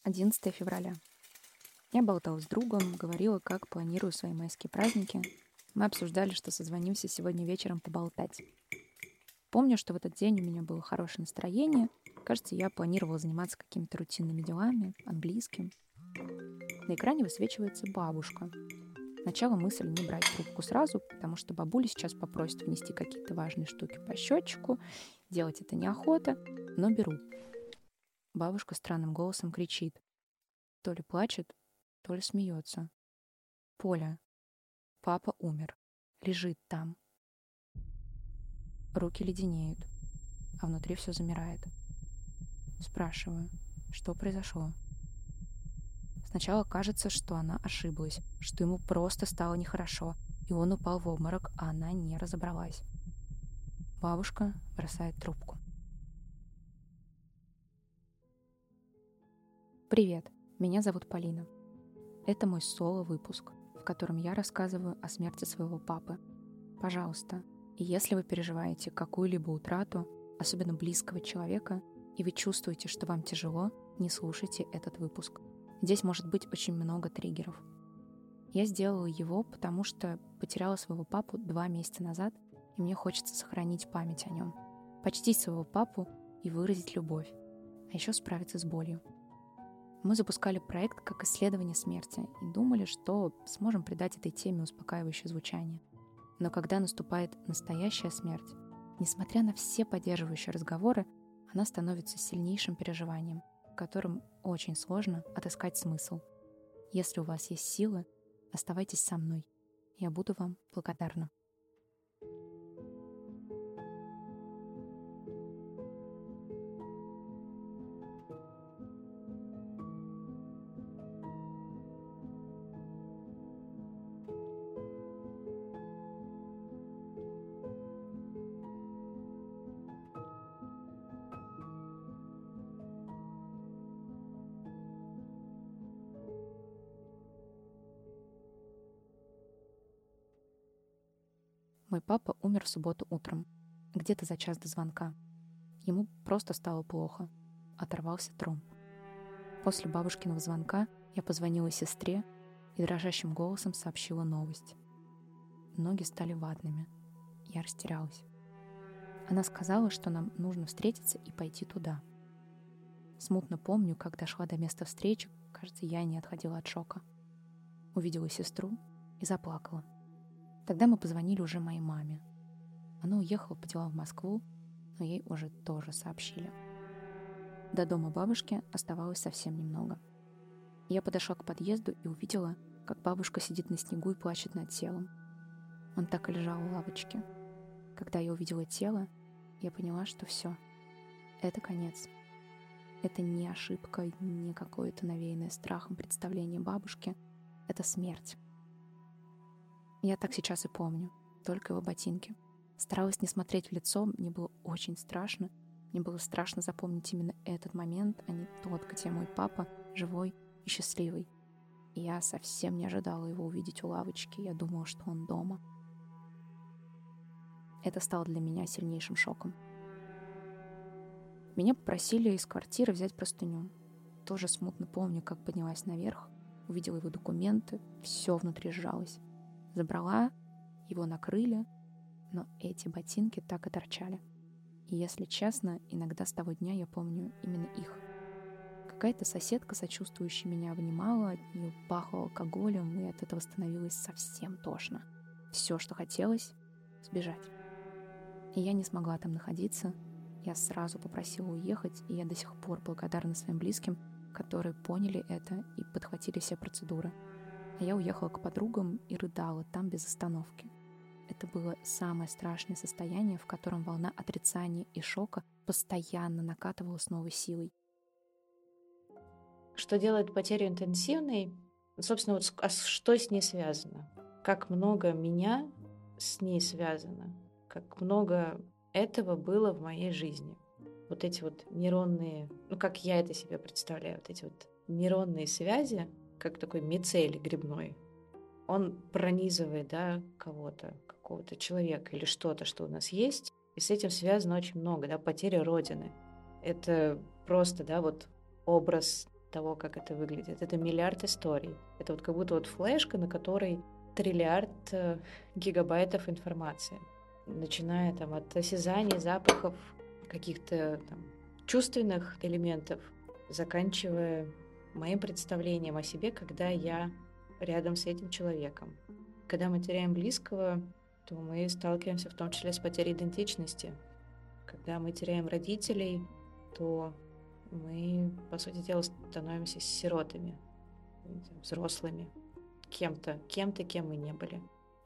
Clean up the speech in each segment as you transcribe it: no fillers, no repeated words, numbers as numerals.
11 февраля. Я болтала с другом, говорила, как планирую свои майские праздники. Мы обсуждали, что созвонимся сегодня вечером поболтать. Помню, что в этот день у меня было хорошее настроение. Кажется, я планировала заниматься какими-то рутинными делами, английским. На экране высвечивается бабушка. Сначала мысль не брать трубку сразу, потому что бабуля сейчас попросит внести какие-то важные штуки по счетчику. Делать это неохота, но беру. Бабушка странным голосом кричит. То ли плачет, то ли смеется. «Поля, папа умер. Лежит там». Руки леденеют, а внутри все замирает. Спрашиваю, что произошло? Сначала кажется, что она ошиблась, что ему просто стало нехорошо, и он упал в обморок, а она не разобралась. Бабушка бросает трубку. Привет, меня зовут Полина. Это мой соло-выпуск, в котором я рассказываю о смерти своего папы. Пожалуйста, если вы переживаете какую-либо утрату, особенно близкого человека, и вы чувствуете, что вам тяжело, не слушайте этот выпуск. Здесь может быть очень много триггеров. Я сделала его, потому что потеряла своего папу 2 месяца назад, и мне хочется сохранить память о нем, почтить своего папу и выразить любовь, а еще справиться с болью. Мы запускали проект как исследование смерти и думали, что сможем придать этой теме успокаивающее звучание. Но когда наступает настоящая смерть, несмотря на все поддерживающие разговоры, она становится сильнейшим переживанием, в котором очень сложно отыскать смысл. Если у вас есть силы, оставайтесь со мной. Я буду вам благодарна. Мой папа умер в субботу утром, где-то за час до звонка. Ему просто стало плохо. Оторвался тромб. После бабушкиного звонка я позвонила сестре и дрожащим голосом сообщила новость. Ноги стали ватными. Я растерялась. Она сказала, что нам нужно встретиться и пойти туда. Смутно помню, как дошла до места встречи, кажется, я не отходила от шока. Увидела сестру и заплакала. Тогда мы позвонили уже моей маме. Она уехала по делам в Москву, но ей уже тоже сообщили. До дома бабушки оставалось совсем немного. Я подошла к подъезду и увидела, как бабушка сидит на снегу и плачет над телом. Он так и лежал у лавочки. Когда я увидела тело, я поняла, что все. Это конец. Это не ошибка, не какое-то навеянное страхом представление бабушки. Это смерть. Я так сейчас и помню, только его ботинки. Старалась не смотреть в лицо, мне было очень страшно. Мне было страшно запомнить именно этот момент, а не тот, где мой папа живой и счастливый. И я совсем не ожидала его увидеть у лавочки, я думала, что он дома. Это стало для меня сильнейшим шоком. Меня попросили из квартиры взять простыню. Тоже смутно помню, как поднялась наверх, увидела его документы, все внутри сжалось. Забрала, его накрыли, но эти ботинки так и торчали. И если честно, иногда с того дня я помню именно их. Какая-то соседка, сочувствующая меня, обнимала, от нее пахло алкоголем, и от этого становилось совсем тошно. Все, что хотелось — сбежать. И я не смогла там находиться. Я сразу попросила уехать, и я до сих пор благодарна своим близким, которые поняли это и подхватили все процедуры. А я уехала к подругам и рыдала там без остановки. Это было самое страшное состояние, в котором волна отрицания и шока постоянно накатывала с новой силой. Что делает потерю интенсивной? Собственно, что с ней связано? Как много меня с ней связано? Как много этого было в моей жизни? Вот эти вот нейронные, как я это себе представляю, вот эти вот нейронные связи, как такой мицелий грибной, он пронизывает, кого-то, какого-то человека или что-то, что у нас есть, и с этим связано очень много, потеря Родины. Это просто, вот образ того, как это выглядит. Это миллиард историй. Это вот как будто вот флешка, на которой триллиард гигабайтов информации. Начиная там от осязаний, запахов, каких-то там чувственных элементов, заканчивая моим представлением о себе, когда я рядом с этим человеком. Когда мы теряем близкого, то мы сталкиваемся в том числе с потерей идентичности. Когда мы теряем родителей, то мы, по сути дела, становимся сиротами, взрослыми, кем-то, кем мы не были.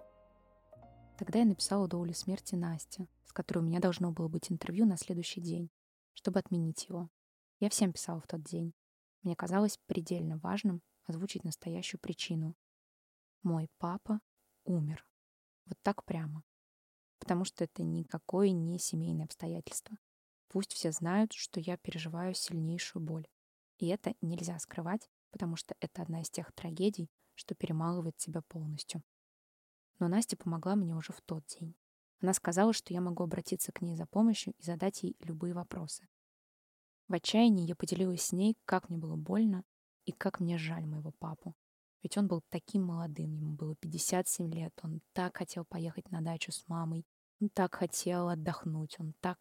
Тогда я написала Доуле смерти Насте, с которой у меня должно было быть интервью на следующий день, чтобы отменить его. Я всем писала в тот день. Мне казалось предельно важным озвучить настоящую причину. Мой папа умер. Вот так прямо. Потому что это никакое не семейное обстоятельство. Пусть все знают, что я переживаю сильнейшую боль. И это нельзя скрывать, потому что это одна из тех трагедий, что перемалывает тебя полностью. Но Настя помогла мне уже в тот день. Она сказала, что я могу обратиться к ней за помощью и задать ей любые вопросы. В отчаянии я поделилась с ней, как мне было больно и как мне жаль моего папу. Ведь он был таким молодым, ему было 57 лет, он так хотел поехать на дачу с мамой, он так хотел отдохнуть,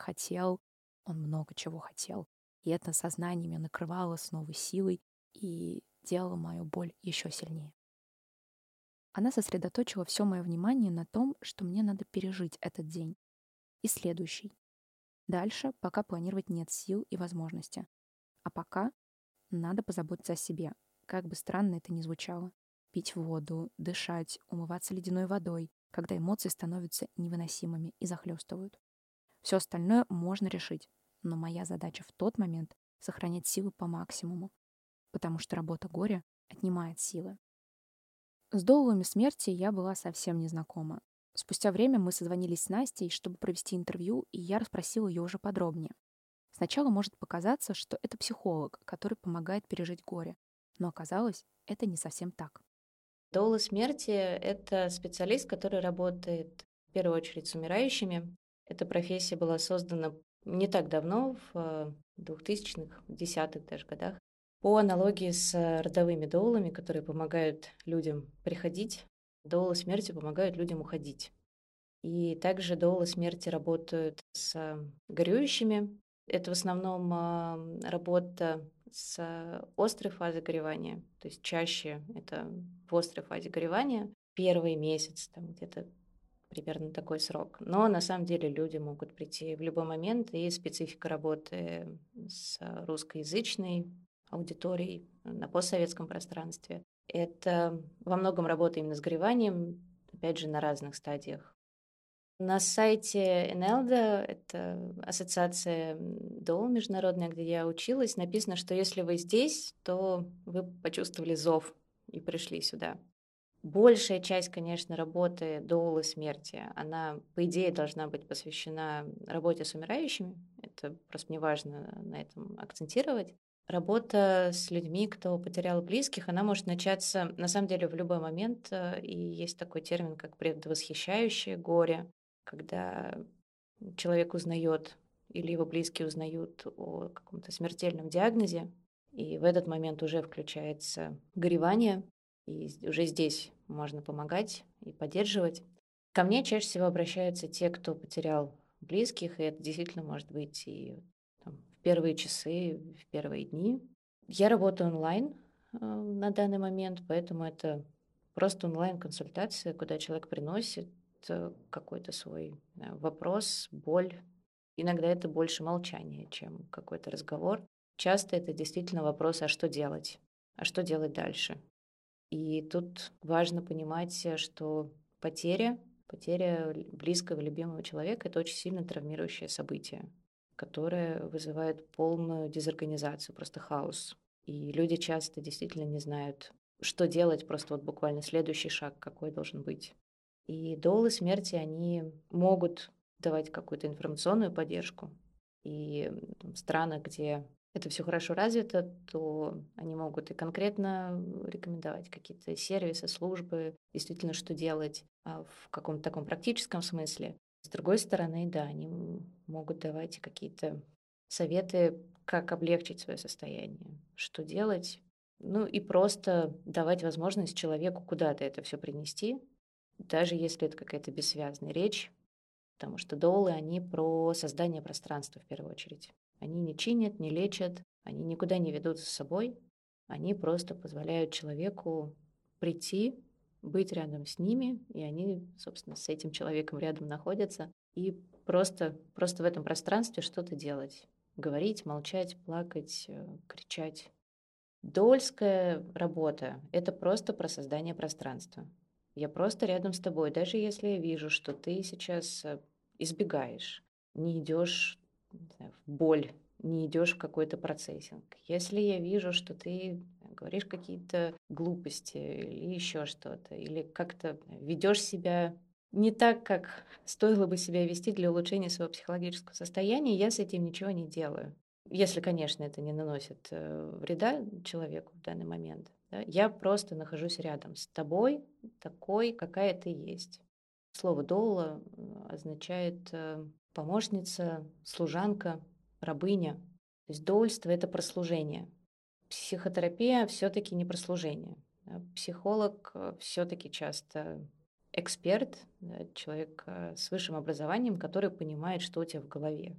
он много чего хотел. И это сознание меня накрывало с новой силой и делало мою боль еще сильнее. Она сосредоточила все мое внимание на том, что мне надо пережить этот день и следующий. Дальше пока планировать нет сил и возможности. А пока надо позаботиться о себе, как бы странно это ни звучало. Пить воду, дышать, умываться ледяной водой, когда эмоции становятся невыносимыми и захлестывают. Все остальное можно решить, но моя задача в тот момент — сохранять силы по максимуму, потому что работа горя отнимает силы. С доводами смерти я была совсем незнакома. Спустя время мы созвонились с Настей, чтобы провести интервью, и я расспросила ее уже подробнее. Сначала может показаться, что это психолог, который помогает пережить горе. Но оказалось, это не совсем так. Доула смерти — это специалист, который работает в первую очередь с умирающими. Эта профессия была создана не так давно, в 2000-х, 10-х даже годах, по аналогии с родовыми доулами, которые помогают людям приходить. Доулы смерти помогают людям уходить. И также доулы смерти работают с горюющими. Это в основном работа с острой фазой горевания. То есть чаще это в острой фазе горевания. Первый месяц, там где-то примерно такой срок. Но на самом деле люди могут прийти в любой момент, и специфика работы с русскоязычной аудиторией на постсоветском пространстве. Это во многом работа именно с гореванием, опять же, на разных стадиях. На сайте НЛДА, это ассоциация ДО международная, где я училась, написано, что если вы здесь, то вы почувствовали зов и пришли сюда. Большая часть, конечно, работы доулы смерти, она, по идее, должна быть посвящена работе с умирающими. Это просто мне важно на этом акцентировать. Работа с людьми, кто потерял близких, она может начаться, на самом деле, в любой момент. И есть такой термин, как предвосхищающее горе, когда человек узнает или его близкие узнают о каком-то смертельном диагнозе, и в этот момент уже включается горевание, и уже здесь можно помогать и поддерживать. Ко мне чаще всего обращаются те, кто потерял близких, и это действительно может быть и там, в первые часы, в первые дни. Я работаю онлайн на данный момент, поэтому это просто онлайн-консультация, куда человек приносит какой-то свой вопрос, боль. Иногда это больше молчание, чем какой-то разговор. Часто это действительно вопрос, а что делать? А что делать дальше? И тут важно понимать, что потеря близкого, любимого человека — это очень сильно травмирующее событие, которое вызывает полную дезорганизацию, просто хаос. И люди часто действительно не знают, что делать, просто вот буквально следующий шаг какой должен быть. И доулы смерти, они могут давать какую-то информационную поддержку. И в странах, где это все хорошо развито, то они могут и конкретно рекомендовать какие-то сервисы, службы, действительно, что делать в каком-то таком практическом смысле. С другой стороны, да, они могут давать и какие-то советы, как облегчить свое состояние, что делать. Ну и просто давать возможность человеку куда-то это все принести, даже если это какая-то бессвязная речь, потому что доулы, они про создание пространства в первую очередь. Они не чинят, не лечат, они никуда не ведут за собой, они просто позволяют человеку прийти, быть рядом с ними, и они, собственно, с этим человеком рядом находятся, и просто в этом пространстве что-то делать. Говорить, молчать, плакать, кричать. Доульская работа — это просто про создание пространства. Я просто рядом с тобой, даже если я вижу, что ты сейчас избегаешь, не идешь, не знаю, в боль, не идешь в какой-то процессинг. Если я вижу, что ты говоришь какие-то глупости или еще что-то, или как-то ведешь себя не так, как стоило бы себя вести для улучшения своего психологического состояния, я с этим ничего не делаю. Если, конечно, это не наносит вреда человеку в данный момент. Да, я просто нахожусь рядом с тобой, такой, какая ты есть. Слово «доула» означает помощница, служанка, рабыня. То есть доульство — это про служение. Психотерапия все-таки не про служение. Да. Психолог все-таки часто эксперт, да, человек с высшим образованием, который понимает, что у тебя в голове.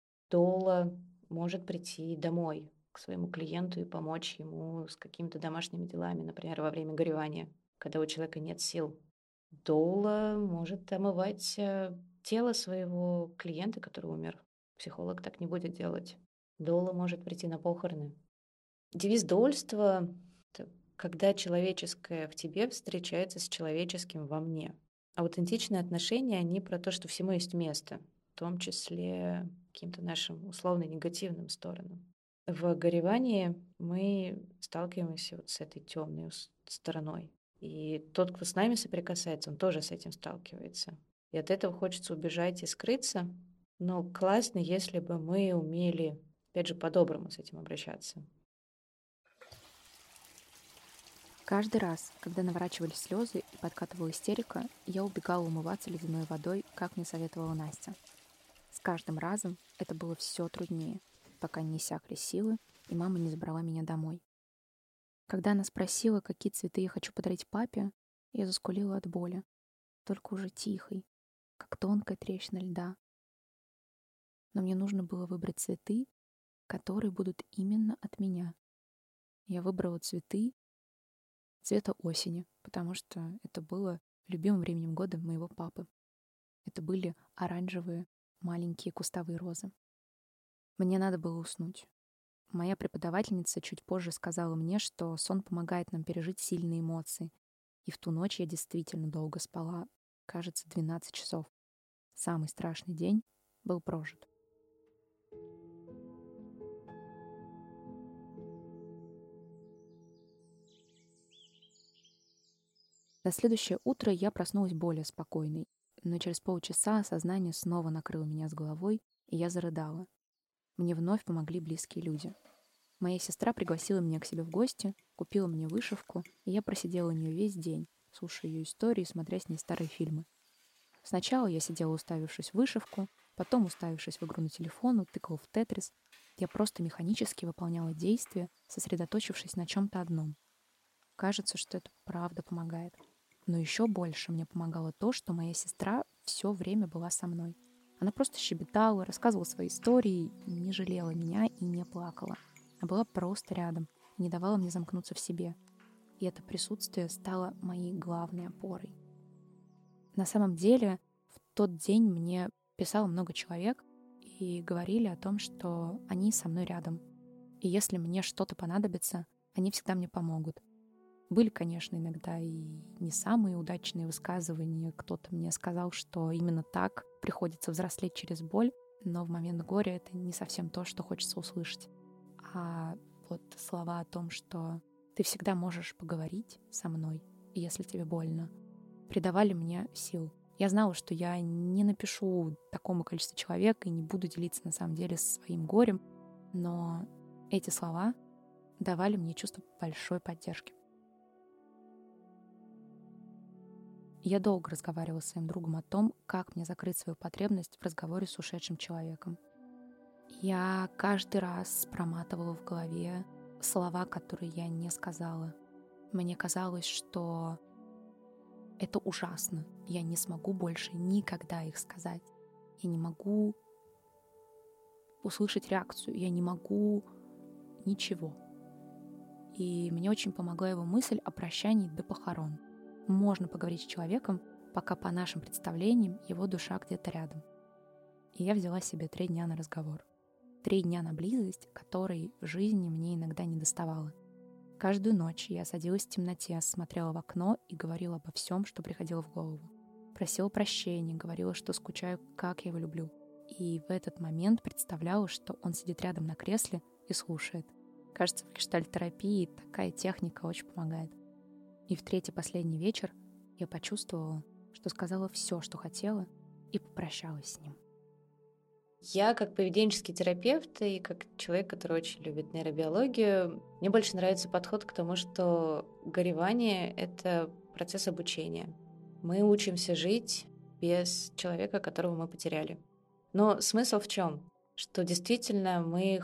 Доула может прийти домой к своему клиенту и помочь ему с какими-то домашними делами, например, во время горевания, когда у человека нет сил. Доула может омывать тело своего клиента, который умер. Психолог так не будет делать. Доула может прийти на похороны. Девиз доульства — это когда человеческое в тебе встречается с человеческим во мне. Аутентичные отношения, они про то, что всему есть место, в том числе каким-то нашим условно негативным сторонам. В горевании мы сталкиваемся вот с этой темной стороной. И тот, кто с нами соприкасается, он тоже с этим сталкивается. И от этого хочется убежать и скрыться. Но классно, если бы мы умели, опять же, по-доброму с этим обращаться. Каждый раз, когда наворачивались слезы и подкатывала истерика, я убегала умываться ледяной водой, как мне советовала Настя. С каждым разом это было все труднее, пока не иссякли силы, и мама не забрала меня домой. Когда она спросила, какие цветы я хочу подарить папе, я заскулила от боли, только уже тихой, как тонкая трещина льда. Но мне нужно было выбрать цветы, которые будут именно от меня. Я выбрала цветы цвета осени, потому что это было любимым временем года моего папы. Это были оранжевые маленькие кустовые розы. Мне надо было уснуть. Моя преподавательница чуть позже сказала мне, что сон помогает нам пережить сильные эмоции. И в ту ночь я действительно долго спала, кажется, 12 часов. Самый страшный день был прожит. На следующее утро я проснулась более спокойной, но через полчаса осознание снова накрыло меня с головой, и я зарыдала. Мне вновь помогли близкие люди. Моя сестра пригласила меня к себе в гости, купила мне вышивку, и я просидела у нее весь день, слушая ее истории и смотря с ней старые фильмы. Сначала я сидела, уставившись в вышивку, потом, уставившись в игру на телефон, тыкала в тетрис. Я просто механически выполняла действия, сосредоточившись на чем-то одном. Кажется, что это правда помогает. Но еще больше мне помогало то, что моя сестра все время была со мной. Она просто щебетала, рассказывала свои истории, не жалела меня и не плакала. А была просто рядом и не давала мне замкнуться в себе. И это присутствие стало моей главной опорой. На самом деле, в тот день мне писало много человек и говорили о том, что они со мной рядом. И если мне что-то понадобится, они всегда мне помогут. Были, конечно, иногда и не самые удачные высказывания. Кто-то мне сказал, что именно так приходится взрослеть через боль, но в момент горя это не совсем то, что хочется услышать. А вот слова о том, что ты всегда можешь поговорить со мной, если тебе больно, придавали мне сил. Я знала, что я не напишу такому количеству человек и не буду делиться на самом деле своим горем, но эти слова давали мне чувство большой поддержки. Я долго разговаривала с своим другом о том, как мне закрыть свою потребность в разговоре с ушедшим человеком. Я каждый раз проматывала в голове слова, которые я не сказала. Мне казалось, что это ужасно. Я не смогу больше никогда их сказать. Я не могу услышать реакцию. Я не могу ничего. И мне очень помогла его мысль о прощании до похорон. Можно поговорить с человеком, пока по нашим представлениям его душа где-то рядом. И я взяла себе 3 дня на разговор. 3 дня на близость, которой в жизни мне иногда не доставало. Каждую ночь я садилась в темноте, смотрела в окно и говорила обо всем, что приходило в голову. Просила прощения, говорила, что скучаю, как я его люблю. И в этот момент представляла, что он сидит рядом на кресле и слушает. Кажется, в гештальт-терапии такая техника очень помогает. И в 3-й последний вечер я почувствовала, что сказала все, что хотела, и попрощалась с ним. Я как поведенческий терапевт и как человек, который очень любит нейробиологию, мне больше нравится подход к тому, что горевание — это процесс обучения. Мы учимся жить без человека, которого мы потеряли. Но смысл в чем? Что действительно мы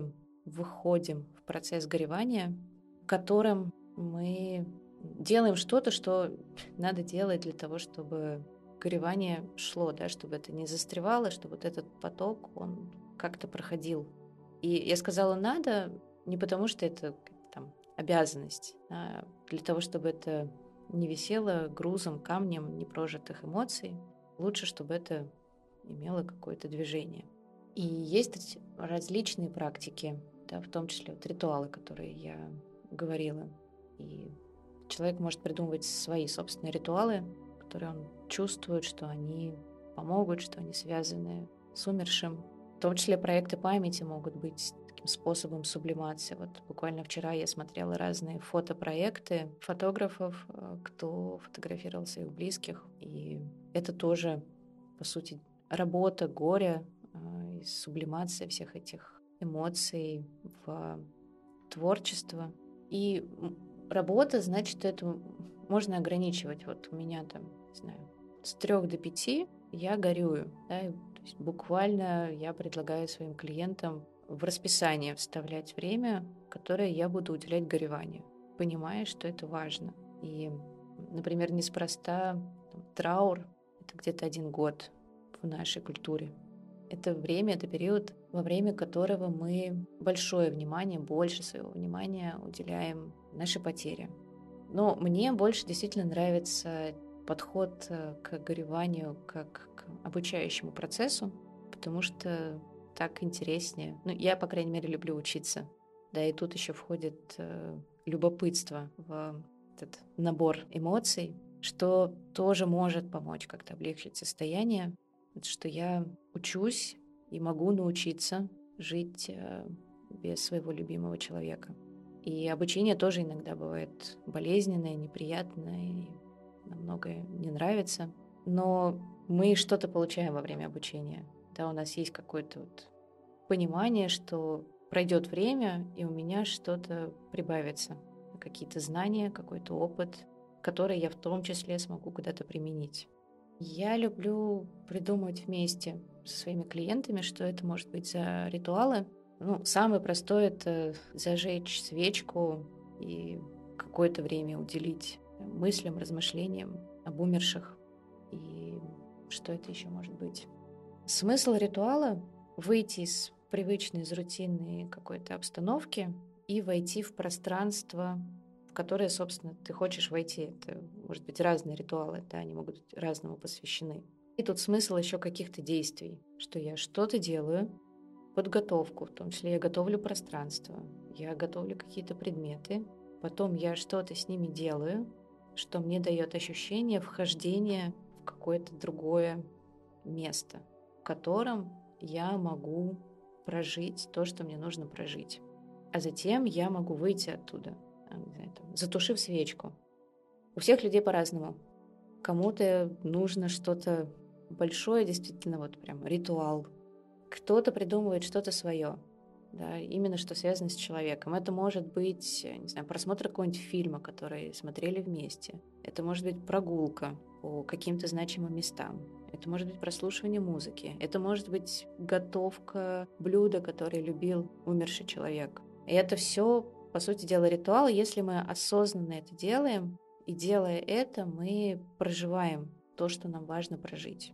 выходим в процесс горевания, в котором мы делаем что-то, что надо делать для того, чтобы горевание шло, да, чтобы это не застревало, чтобы вот этот поток, он как-то проходил. И я сказала «надо» не потому, что это там обязанность, а для того, чтобы это не висело грузом, камнем непрожитых эмоций. Лучше, чтобы это имело какое-то движение. И есть различные практики, да, в том числе вот ритуалы, которые я говорила. И человек может придумывать свои собственные ритуалы, которые он чувствует, что они помогут, что они связаны с умершим. В том числе проекты памяти могут быть таким способом сублимации. Вот буквально вчера я смотрела разные фотопроекты фотографов, кто фотографировал своих близких. И это тоже, по сути, работа горя и сублимация всех этих эмоций в творчество. И работа, значит, это можно ограничивать. Вот у меня там, не знаю, с 3 до 5 я горюю. Да, то есть буквально я предлагаю своим клиентам в расписание вставлять время, которое я буду уделять гореванию, понимая, что это важно. И, например, неспроста траур — это где-то 1 год в нашей культуре. Это время, это период, во время которого мы большое внимание, больше своего внимания уделяем нашей потере. Но мне больше действительно нравится подход к гореванию как к обучающему процессу, потому что так интереснее. Ну, я, по крайней мере, люблю учиться. Да, и тут еще входит любопытство в этот набор эмоций, что тоже может помочь как-то облегчить состояние. Что я учусь и могу научиться жить без своего любимого человека. И обучение тоже иногда бывает болезненное, неприятное, и нам многое не нравится. Но мы что-то получаем во время обучения. Да, у нас есть какое-то вот понимание, что пройдет время, и у меня что-то прибавится. Какие-то знания, какой-то опыт, который я в том числе смогу куда-то применить. Я люблю придумывать вместе со своими клиентами, что это может быть за ритуалы. Ну, самое простое — это зажечь свечку и какое-то время уделить мыслям, размышлениям об умерших. И что это еще может быть? Смысл ритуала — выйти из привычной, из рутинной какой-то обстановки и войти в пространство, в которое, собственно, ты хочешь войти. Это, может быть, разные ритуалы, да, они могут быть разному посвящены. И тут смысл еще каких-то действий, что я что-то делаю, подготовку, в том числе я готовлю пространство, я готовлю какие-то предметы, потом я что-то с ними делаю, что мне дает ощущение вхождения в какое-то другое место, в котором я могу прожить то, что мне нужно прожить. А затем я могу выйти оттуда, не знаю, там, затушив свечку. У всех людей по-разному. Кому-то нужно что-то большое, действительно, вот прям ритуал. Кто-то придумывает что-то свое, да, именно что связано с человеком. Это может быть, не знаю, просмотр какого-нибудь фильма, который смотрели вместе. Это может быть прогулка. по каким-то значимым местам. Это может быть прослушивание музыки. Это может быть готовка блюда, которое любил умерший человек. И это все, по сути дела, ритуал. Если мы осознанно это делаем, и делая это, мы проживаем то, что нам важно прожить.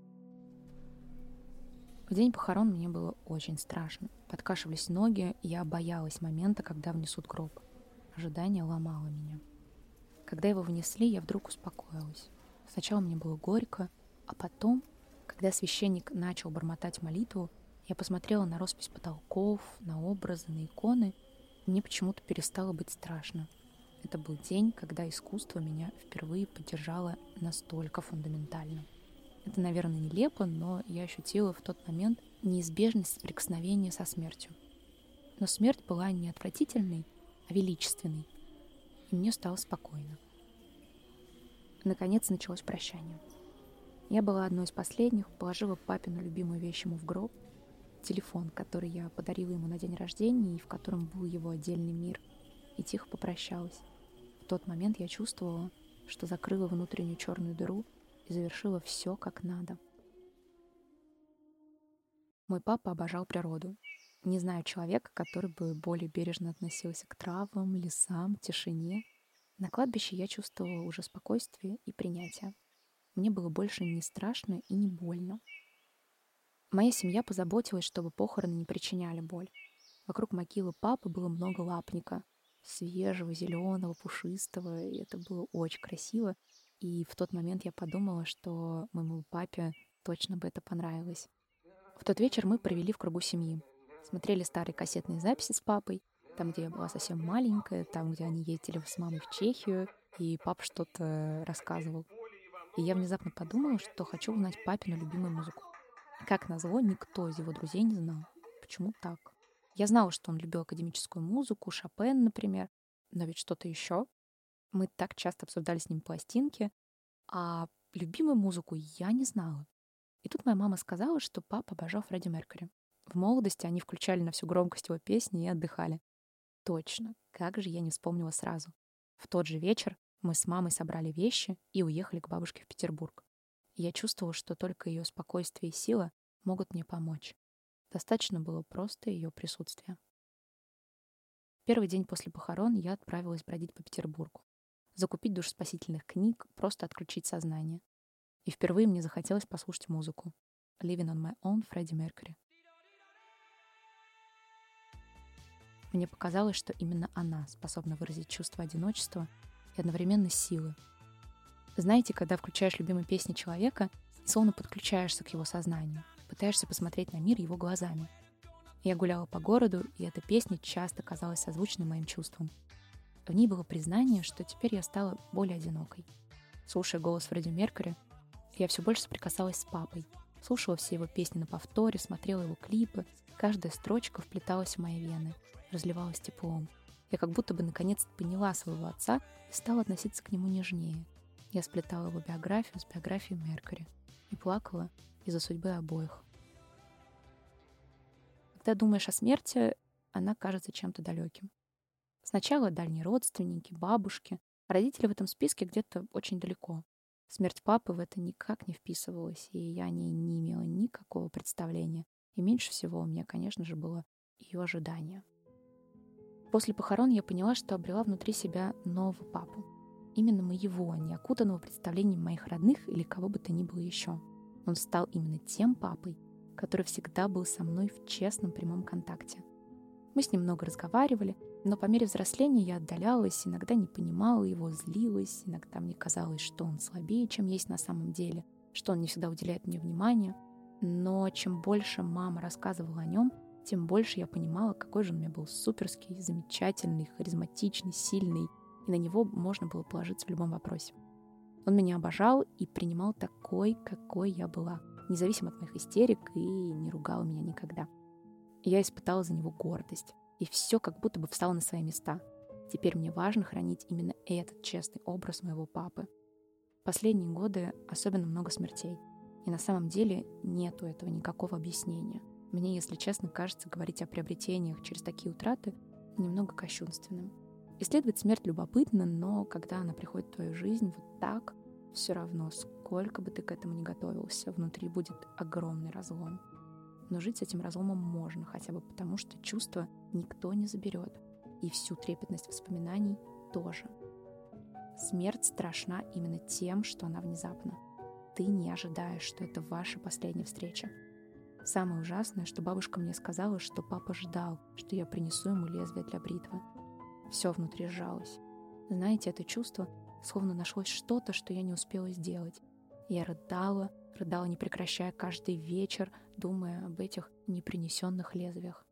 В день похорон мне было очень страшно. Подкашивались ноги, и я боялась момента, когда внесут гроб. Ожидание ломало меня. Когда его внесли, я вдруг успокоилась. Сначала мне было горько, а потом, когда священник начал бормотать молитву, я посмотрела на роспись потолков, на образы, на иконы, и мне почему-то перестало быть страшно. Это был день, когда искусство меня впервые поддержало настолько фундаментально. Это, наверное, нелепо, но я ощутила в тот момент неизбежность соприкосновения со смертью. Но смерть была не отвратительной, а величественной, и мне стало спокойно. Наконец началось прощание. Я была одной из последних, положила папину любимую вещь ему в гроб, телефон, который я подарила ему на день рождения и в котором был его отдельный мир, и тихо попрощалась. В тот момент я чувствовала, что закрыла внутреннюю черную дыру и завершила все как надо. Мой папа обожал природу. Не знаю человека, который бы более бережно относился к травам, лесам, тишине. На кладбище я чувствовала уже спокойствие и принятие. Мне было больше не страшно и не больно. Моя семья позаботилась, чтобы похороны не причиняли боль. Вокруг могилы папы было много лапника, свежего, зеленого, пушистого, и это было очень красиво. И в тот момент я подумала, что моему папе точно бы это понравилось. В тот вечер мы провели в кругу семьи. Смотрели старые кассетные записи с папой, там, где я была совсем маленькая, там, где они ездили с мамой в Чехию, и папа что-то рассказывал. И я внезапно подумала, что хочу узнать папину любимую музыку. Как назло, никто из его друзей не знал. Почему так? Я знала, что он любил академическую музыку, Шопен, например, но ведь что-то еще. Мы так часто обсуждали с ним пластинки, а любимую музыку я не знала. И тут моя мама сказала, что папа обожал Фредди Меркьюри. В молодости они включали на всю громкость его песни и отдыхали. Точно, как же я не вспомнила сразу. В тот же вечер мы с мамой собрали вещи и уехали к бабушке в Петербург. И я чувствовала, что только ее спокойствие и сила могут мне помочь. Достаточно было просто ее присутствия. Первый день после похорон я отправилась бродить по Петербургу. Закупить душеспасительных книг, просто отключить сознание. И впервые мне захотелось послушать музыку. Living on My Own Фредди Меркьюри. Мне показалось, что именно она способна выразить чувство одиночества и одновременно силы. Знаете, когда включаешь любимые песни человека, словно подключаешься к его сознанию, пытаешься посмотреть на мир его глазами. Я гуляла по городу, и эта песня часто казалась созвучной моим чувствам. В ней было признание, что теперь я стала более одинокой. Слушая голос Фредди Меркьюри, я все больше соприкасалась с папой, слушала все его песни на повторе, смотрела его клипы, каждая строчка вплеталась в мои вены, разливалась теплом. Я как будто бы наконец поняла своего отца и стала относиться к нему нежнее. Я сплетала его биографию с биографией Меркьюри и плакала из-за судьбы обоих. Когда думаешь о смерти, она кажется чем-то далеким. Сначала дальние родственники, бабушки, а родители в этом списке где-то очень далеко. Смерть папы в это никак не вписывалась, и я о ней не имела никакого представления. И меньше всего у меня, конечно же, было ее ожидание. После похорон я поняла, что обрела внутри себя нового папу. Именно моего, не окутанного представлением моих родных или кого бы то ни было еще. Он стал именно тем папой, который всегда был со мной в честном прямом контакте. Мы с ним много разговаривали, но по мере взросления я отдалялась, иногда не понимала его, злилась, иногда мне казалось, что он слабее, чем есть на самом деле, что он не всегда уделяет мне внимания. Но чем больше мама рассказывала о нем, тем больше я понимала, какой же он мне был суперский, замечательный, харизматичный, сильный, и на него можно было положиться в любом вопросе. Он меня обожал и принимал такой, какой я была, независимо от моих истерик, и не ругал меня никогда. Я испытала за него гордость, и все как будто бы встало на свои места. Теперь мне важно хранить именно этот честный образ моего папы. Последние годы особенно много смертей, и на самом деле нету этого никакого объяснения. Мне, если честно, кажется, говорить о приобретениях через такие утраты немного кощунственным. Исследовать смерть любопытно, но когда она приходит в твою жизнь вот так, Все равно, сколько бы ты к этому ни готовился, внутри будет огромный разлом. Но жить с этим разломом можно, хотя бы потому, что чувства никто не заберет. И всю трепетность воспоминаний тоже. Смерть страшна именно тем, что она внезапна. Ты не ожидаешь, что это ваша последняя встреча. Самое ужасное, что бабушка мне сказала, что папа ждал, что я принесу ему лезвие для бритвы. Все внутри сжалось. Знаете, это чувство, словно нашлось что-то, что я не успела сделать. Я рыдала, не прекращая каждый вечер, думая об этих непринесенных лезвиях.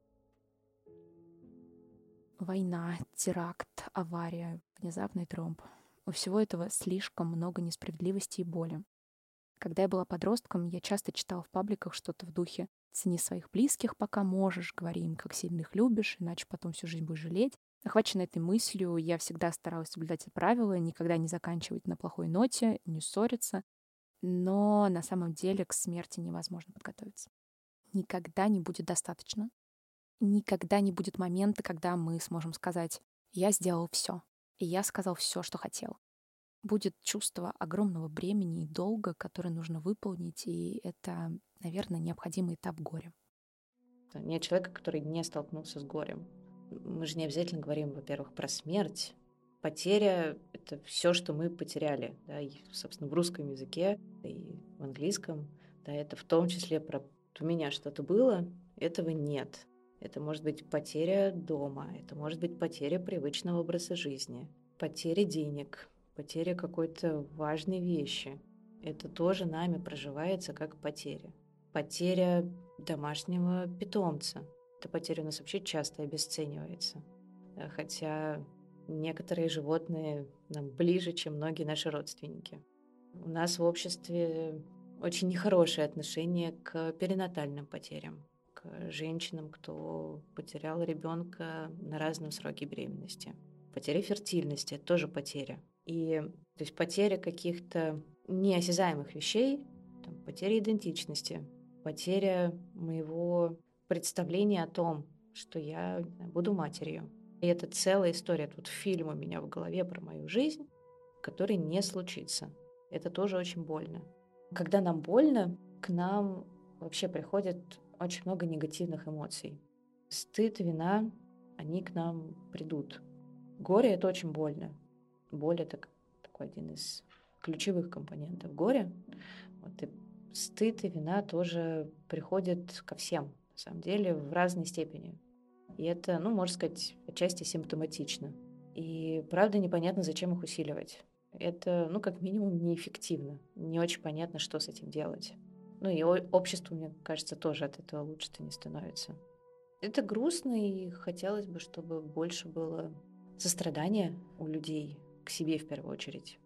Война, теракт, авария, внезапный тромб. У всего этого слишком много несправедливости и боли. Когда я была подростком, я часто читала в пабликах что-то в духе «Цени своих близких, пока можешь, говори им, как сильно их любишь, иначе потом всю жизнь будешь жалеть». Охваченная этой мыслью, я всегда старалась соблюдать это правило, никогда не заканчивать на плохой ноте, не ссориться. Но на самом деле к смерти невозможно подготовиться. Никогда не будет достаточно. Никогда не будет момента, когда мы сможем сказать «я сделал все, и я сказал все, что хотел». Будет чувство огромного бремени и долга, которое нужно выполнить, и это, наверное, необходимый этап горя. Нет человека, который не столкнулся с горем. Мы же не обязательно говорим, во-первых, про смерть. Потеря — это все, что мы потеряли. Да, и, собственно, в русском языке и в английском, да, это в том числе про «у меня что-то было, этого нет». Это может быть потеря дома, это может быть потеря привычного образа жизни, потеря денег, потеря какой-то важной вещи. Это тоже нами проживается как потеря. Потеря домашнего питомца. Эта потеря у нас вообще часто обесценивается. Хотя некоторые животные нам ближе, чем многие наши родственники. У нас в обществе очень нехорошее отношение к перинатальным потерям, к женщинам, кто потерял ребенка на разном сроке беременности. Потеря фертильности — это тоже потеря. И то есть потеря каких-то неосязаемых вещей, там, потеря идентичности, потеря моего представления о том, что я буду матерью. И это целая история. Тут фильм у меня в голове про мою жизнь, который не случится. Это тоже очень больно. Когда нам больно, к нам вообще приходит очень много негативных эмоций. Стыд, вина, они к нам придут. Горе — это очень больно. Боль — это такой один из ключевых компонентов горя. Вот и стыд и вина тоже приходят ко всем, на самом деле, в разной степени. И это, можно сказать, отчасти симптоматично. И правда непонятно, зачем их усиливать. Это, как минимум, неэффективно. Не очень понятно, что с этим делать. И обществу, мне кажется, тоже от этого лучше-то не становится. Это грустно, и хотелось бы, чтобы больше было сострадания у людей, к себе в первую очередь.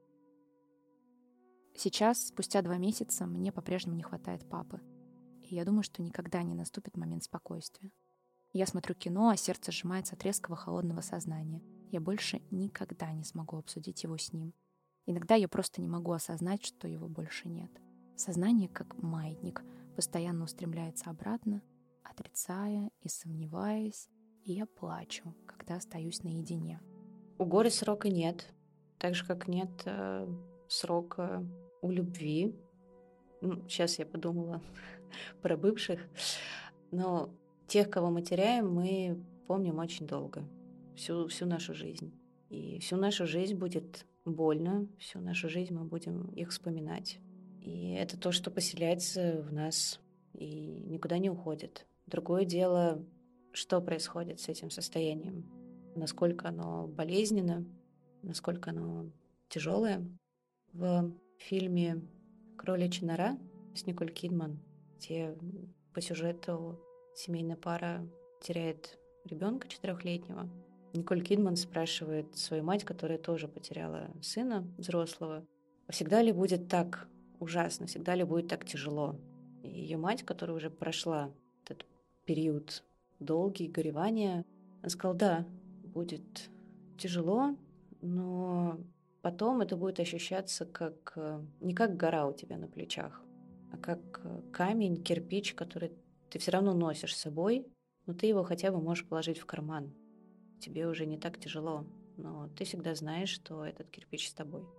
Сейчас, спустя 2 месяца, мне по-прежнему не хватает папы. И я думаю, что никогда не наступит момент спокойствия. Я смотрю кино, а сердце сжимается от резкого холодного сознания. Я больше никогда не смогу обсудить его с ним. Иногда я просто не могу осознать, что его больше нет. Сознание, как маятник, постоянно устремляется обратно, отрицая и сомневаясь, и я плачу, когда остаюсь наедине. У горя срока нет, так же, как нет срока у любви. Сейчас я подумала про бывших, но тех, кого мы теряем, мы помним очень долго, всю нашу жизнь. И всю нашу жизнь будет больно, всю нашу жизнь мы будем их вспоминать. И это то, что поселяется в нас и никуда не уходит. Другое дело, что происходит с этим состоянием, насколько оно болезненно, насколько оно тяжелое. В фильме «Кроличья нора» с Николь Кидман, где по сюжету семейная пара теряет ребенка 4-летнего, Николь Кидман спрашивает свою мать, которая тоже потеряла сына взрослого, а всегда ли будет так ужасно, всегда ли будет так тяжело? И ее мать, которая уже прошла этот период долгий, горевания, она сказала: да, будет тяжело, но потом это будет ощущаться как не как гора у тебя на плечах, а как камень, кирпич, который ты все равно носишь с собой, но ты его хотя бы можешь положить в карман. Тебе уже не так тяжело, но ты всегда знаешь, что этот кирпич с тобой.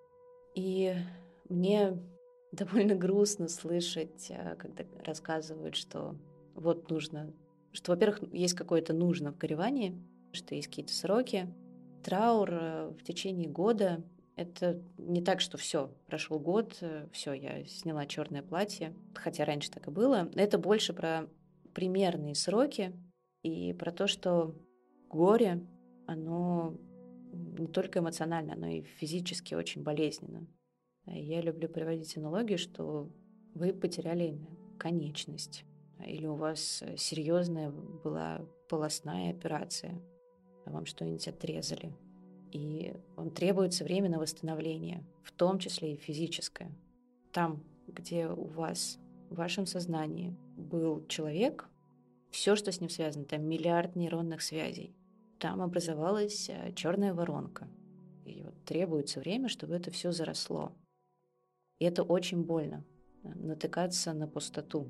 И мне довольно грустно слышать, когда рассказывают, что вот нужно, что, во-первых, есть какое-то нужно в горевании, что есть какие-то сроки. Траур в течение года — это не так, что все, прошел год, все, я сняла черное платье, хотя раньше так и было. Это больше про примерные сроки и про то, что горе, оно не только эмоционально, оно и физически очень болезненно. Я люблю приводить аналогию, что вы потеряли конечность, или у вас серьезная была полостная операция, а вам что-нибудь отрезали. И вам требуется время на восстановление, в том числе и физическое. Там, где у вас в вашем сознании был человек, все, что с ним связано, там миллиард нейронных связей, там образовалась черная воронка. И вот требуется время, чтобы это все заросло. И это очень больно, натыкаться на пустоту.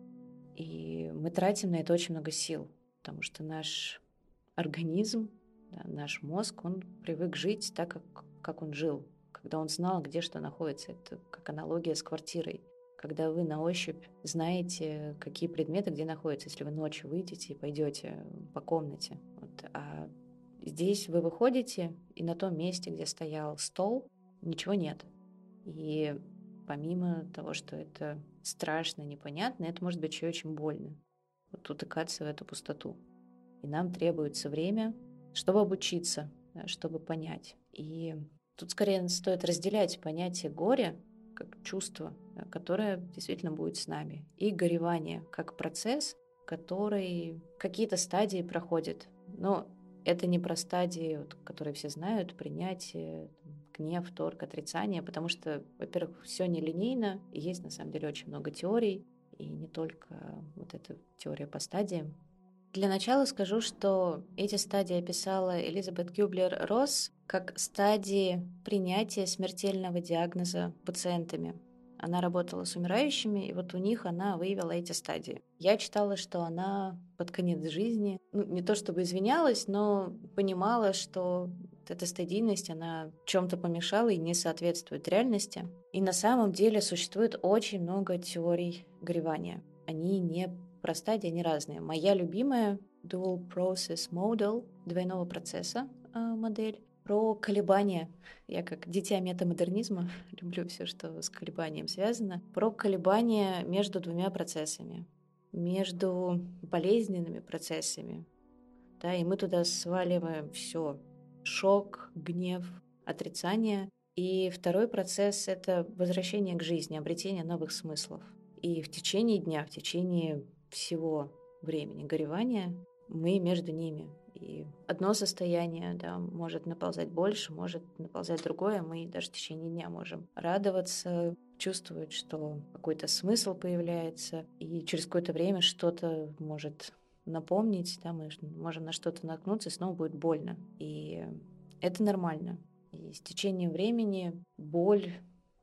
И мы тратим на это очень много сил, потому что наш организм, да, наш мозг, он привык жить так, как он жил, когда он знал, где что находится. Это как аналогия с квартирой. Когда вы на ощупь знаете, какие предметы где находятся, если вы ночью выйдете и пойдете по комнате. Вот. А здесь вы выходите, и на том месте, где стоял стол, ничего нет. И помимо того, что это страшно, непонятно, это может быть еще очень больно. Вот утыкаться в эту пустоту. И нам требуется время, чтобы обучиться, да, чтобы понять. И тут скорее стоит разделять понятие горя как чувство, да, которое действительно будет с нами, и горевание как процесс, который какие-то стадии проходит. Но это не про стадии, вот, которые все знают: принятие, гнев, торг, отрицание, потому что, во-первых, все нелинейно, и есть на самом деле очень много теорий, и не только вот эта теория по стадиям. Для начала скажу, что эти стадии описала Элизабет Кюблер-Росс как стадии принятия смертельного диагноза пациентами. Она работала с умирающими, и вот у них она выявила эти стадии. Я читала, что она под конец жизни, не то чтобы извинялась, но понимала, что эта стадийность, она в чем-то помешала и не соответствует реальности. И на самом деле существует очень много теорий горевания. Они не про стадии, они разные. Моя любимая Dual Process Model, двойного процесса модель, про колебания. Я как дитя метамодернизма люблю все, что с колебанием связано. Про колебания между двумя процессами, между болезненными процессами. Да, и мы туда сваливаем все: шок, гнев, отрицание. И второй процесс — это возвращение к жизни, обретение новых смыслов. И в течение дня, в течение всего времени горевания мы между ними. И одно состояние, да, может наползать больше, может наползать другое. Мы даже в течение дня можем радоваться, чувствовать, что какой-то смысл появляется, и через какое-то время что-то может напомнить, да, мы можем на что-то наткнуться, и снова будет больно. И это нормально. И с течением времени боль,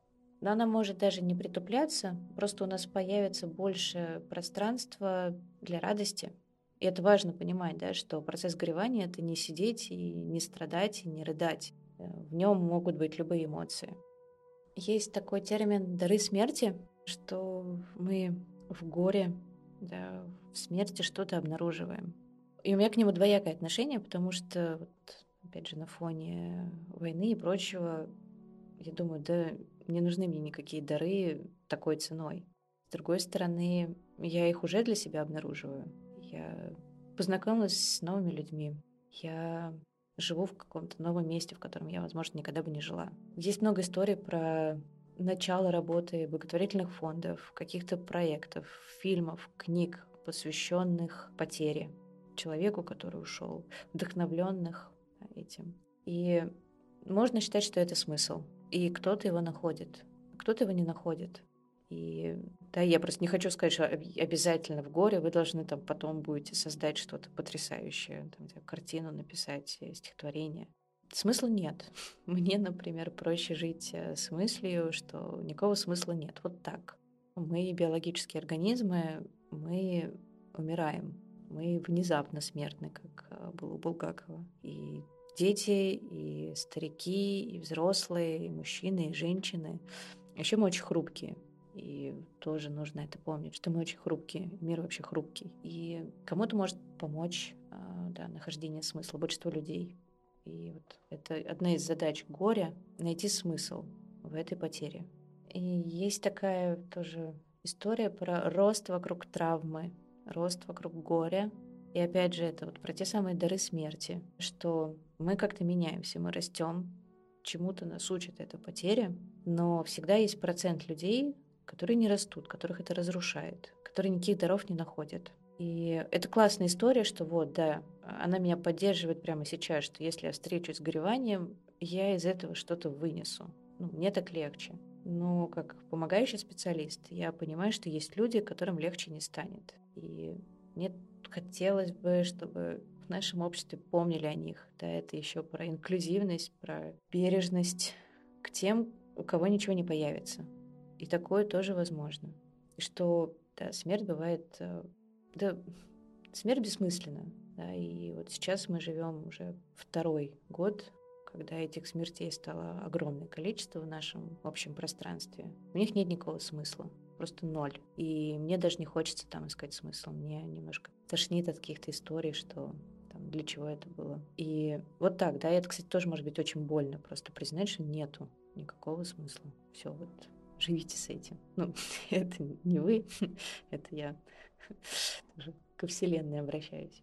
но она может даже не притупляться, просто у нас появится больше пространства для радости. И это важно понимать, да, что процесс горевания — это не сидеть и не страдать, и не рыдать. В нем могут быть любые эмоции. Есть такой термин «дары смерти», что мы в горе, да, в смерти что-то обнаруживаем. И у меня к нему двоякое отношение, потому что, вот, опять же, на фоне войны и прочего, я думаю, да, не нужны мне никакие дары такой ценой. С другой стороны, я их уже для себя обнаруживаю. Я познакомилась с новыми людьми. Я живу в каком-то новом месте, в котором я, возможно, никогда бы не жила. Есть много историй про начало работы благотворительных фондов, каких-то проектов, фильмов, книг, посвященных потере, человеку, который ушел, вдохновленных этим. И можно считать, что это смысл. И кто-то его находит, кто-то его не находит. И да, я просто не хочу сказать, что обязательно в горе вы должны там потом будете создать что-то потрясающее, там, картину написать, стихотворение. Смысла нет. Мне, например, проще жить с мыслью, что никакого смысла нет. Вот так. Мы биологические организмы, мы умираем. Мы внезапно смертны, как было у Булгакова. И дети, и старики, и взрослые, и мужчины, и женщины. Еще мы очень хрупкие. И тоже нужно это помнить, что мы очень хрупкие, мир вообще хрупкий. И кому-то может помочь нахождение смысла, большинство людей. И вот это одна из задач горя — найти смысл в этой потере. И есть такая тоже история про рост вокруг травмы, рост вокруг горя. И опять же, это вот про те самые дары смерти, что мы как-то меняемся, мы растем, чему-то нас учит эта потеря, но всегда есть процент людей, которые не растут, которых это разрушает, которые никаких даров не находят. И это классная история, что она меня поддерживает прямо сейчас, что если я встречусь с гореванием, я из этого что-то вынесу. Мне так легче. Но как помогающий специалист я понимаю, что есть люди, которым легче не станет. И мне хотелось бы, чтобы в нашем обществе помнили о них. Это еще про инклюзивность, про бережность к тем, у кого ничего не появится. И такое тоже возможно. И что смерть бывает... смерть бессмысленна. И вот сейчас мы живем уже 2-й год, когда этих смертей стало огромное количество в нашем общем пространстве. У них нет никакого смысла, просто 0. И мне даже не хочется там искать смысл. Мне немножко тошнит от каких-то историй, что для чего это было. И вот так, это, кстати, тоже может быть очень больно, просто признать, что нету никакого смысла. Все, живите с этим. Это не вы, это я тоже ко Вселенной обращаюсь.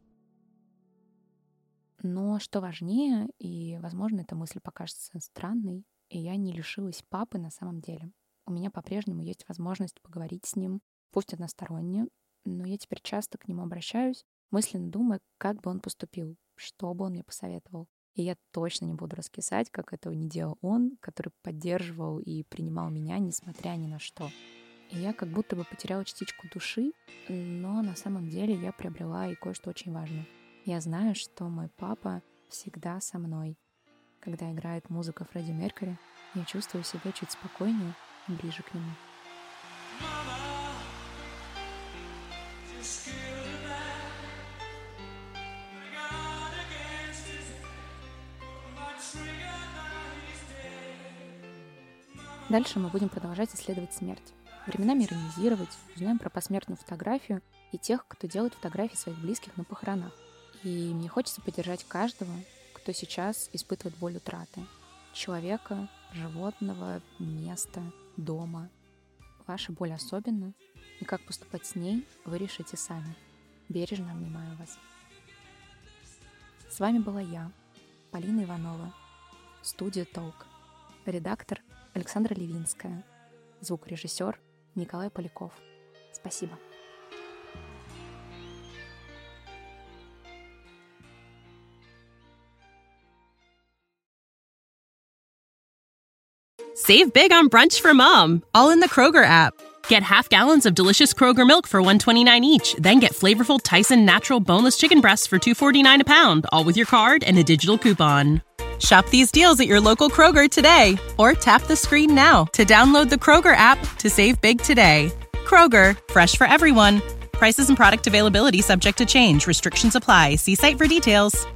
Но что важнее, и, возможно, эта мысль покажется странной, и я не лишилась папы на самом деле. У меня по-прежнему есть возможность поговорить с ним, пусть односторонне, но я теперь часто к нему обращаюсь, мысленно думая, как бы он поступил, что бы он мне посоветовал. И я точно не буду раскисать, как этого не делал он, который поддерживал и принимал меня, несмотря ни на что. И я как будто бы потеряла частичку души, но на самом деле я приобрела и кое-что очень важное. Я знаю, что мой папа всегда со мной. Когда играет музыка Фредди Меркьюри, я чувствую себя чуть спокойнее и ближе к нему. Дальше мы будем продолжать исследовать смерть. Временами иронизировать, узнаем про посмертную фотографию и тех, кто делает фотографии своих близких на похоронах. И мне хочется поддержать каждого, кто сейчас испытывает боль утраты. Человека, животного, места, дома. Ваша боль особенна, и как поступать с ней, вы решите сами. Бережно обнимаю вас. С вами была я, Полина Иванова, студия Толк, редактор Александра Левинская, звукорежиссер Николай Поляков. Спасибо. Save big on brunch for mom, all in the Kroger app. Get half gallons of delicious Kroger milk for $1.29 each. Then get flavorful Tyson natural boneless chicken breasts for $2.49 a pound, all with your card and a digital coupon. Shop these deals at your local Kroger today, or tap the screen now to download the Kroger app to save big today. Kroger, fresh for everyone. Prices and product availability subject to change. Restrictions apply. See site for details.